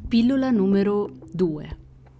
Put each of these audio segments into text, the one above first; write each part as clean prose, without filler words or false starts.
Pillola numero 2.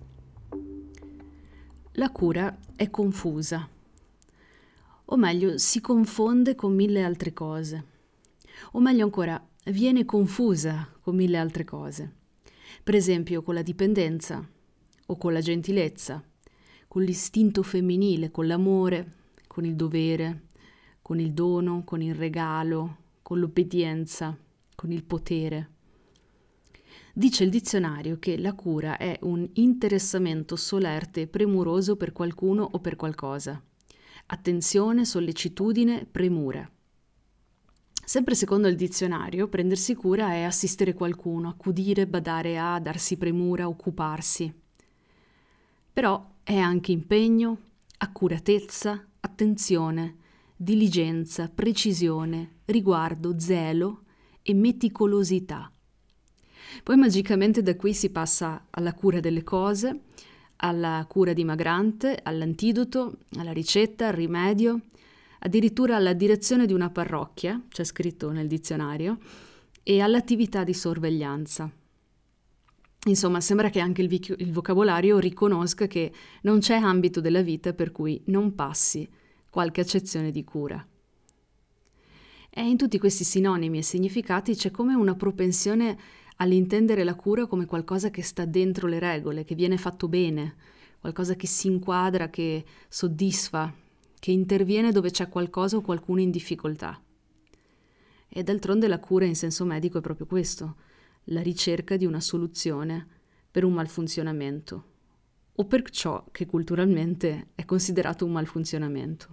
La cura è confusa, o meglio, si confonde con mille altre cose, o meglio ancora, viene confusa con mille altre cose. Per esempio con la dipendenza, o con la gentilezza, con l'istinto femminile, con l'amore, con il dovere, con il dono, con il regalo, con l'obbedienza, con il potere. Dice il dizionario che la cura è un interessamento solerte e premuroso per qualcuno o per qualcosa. Attenzione, sollecitudine, premura. Sempre secondo il dizionario, prendersi cura è assistere qualcuno, accudire, badare a, darsi premura, occuparsi. Però è anche impegno, accuratezza, attenzione, diligenza, precisione, riguardo, zelo e meticolosità. Poi magicamente da qui si passa alla cura delle cose, alla cura dimagrante, all'antidoto, alla ricetta, al rimedio, addirittura alla direzione di una parrocchia, c'è scritto nel dizionario, e all'attività di sorveglianza. Insomma, sembra che anche il vocabolario riconosca che non c'è ambito della vita per cui non passi qualche accezione di cura. E in tutti questi sinonimi e significati c'è come una propensione all'intendere la cura come qualcosa che sta dentro le regole, che viene fatto bene, qualcosa che si inquadra, che soddisfa, che interviene dove c'è qualcosa o qualcuno in difficoltà. E d'altronde la cura in senso medico è proprio questo, la ricerca di una soluzione per un malfunzionamento, o per ciò che culturalmente è considerato un malfunzionamento.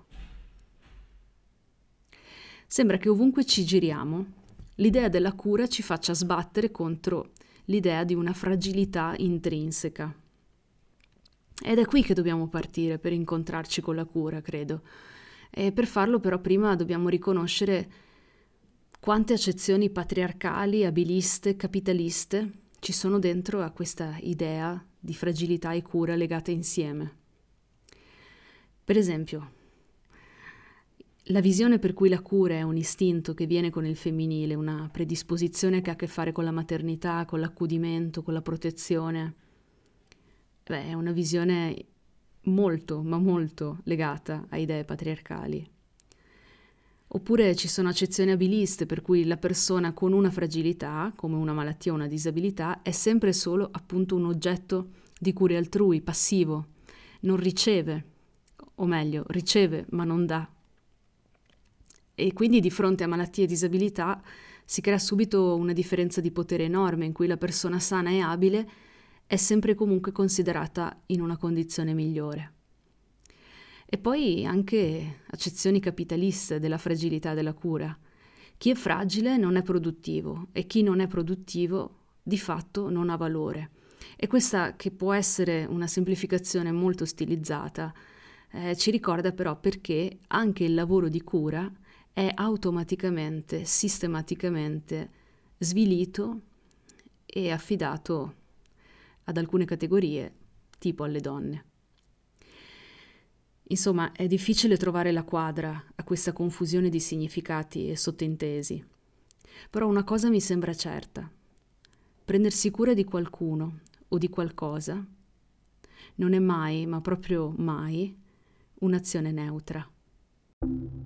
Sembra che ovunque ci giriamo, l'idea della cura ci faccia sbattere contro l'idea di una fragilità intrinseca. Ed è qui che dobbiamo partire per incontrarci con la cura, credo. E per farlo però prima dobbiamo riconoscere quante accezioni patriarcali, abiliste, capitaliste ci sono dentro a questa idea di fragilità e cura legate insieme. Per esempio, la visione per cui la cura è un istinto che viene con il femminile, una predisposizione che ha a che fare con la maternità, con l'accudimento, con la protezione, è una visione molto, ma molto legata a idee patriarcali. Oppure ci sono accezioni abiliste per cui la persona con una fragilità, come una malattia o una disabilità, è sempre solo appunto un oggetto di cure altrui, passivo, non riceve, o meglio, riceve ma non dà. E quindi di fronte a malattie e disabilità si crea subito una differenza di potere enorme in cui la persona sana e abile è sempre comunque considerata in una condizione migliore. E poi anche accezioni capitaliste della fragilità della cura. Chi è fragile non è produttivo e chi non è produttivo di fatto non ha valore. E questa, che può essere una semplificazione molto stilizzata, ci ricorda però perché anche il lavoro di cura è automaticamente, sistematicamente svilito e affidato ad alcune categorie, tipo alle donne. Insomma, è difficile trovare la quadra a questa confusione di significati e sottintesi. Però una cosa mi sembra certa: prendersi cura di qualcuno o di qualcosa non è mai, ma proprio mai, un'azione neutra.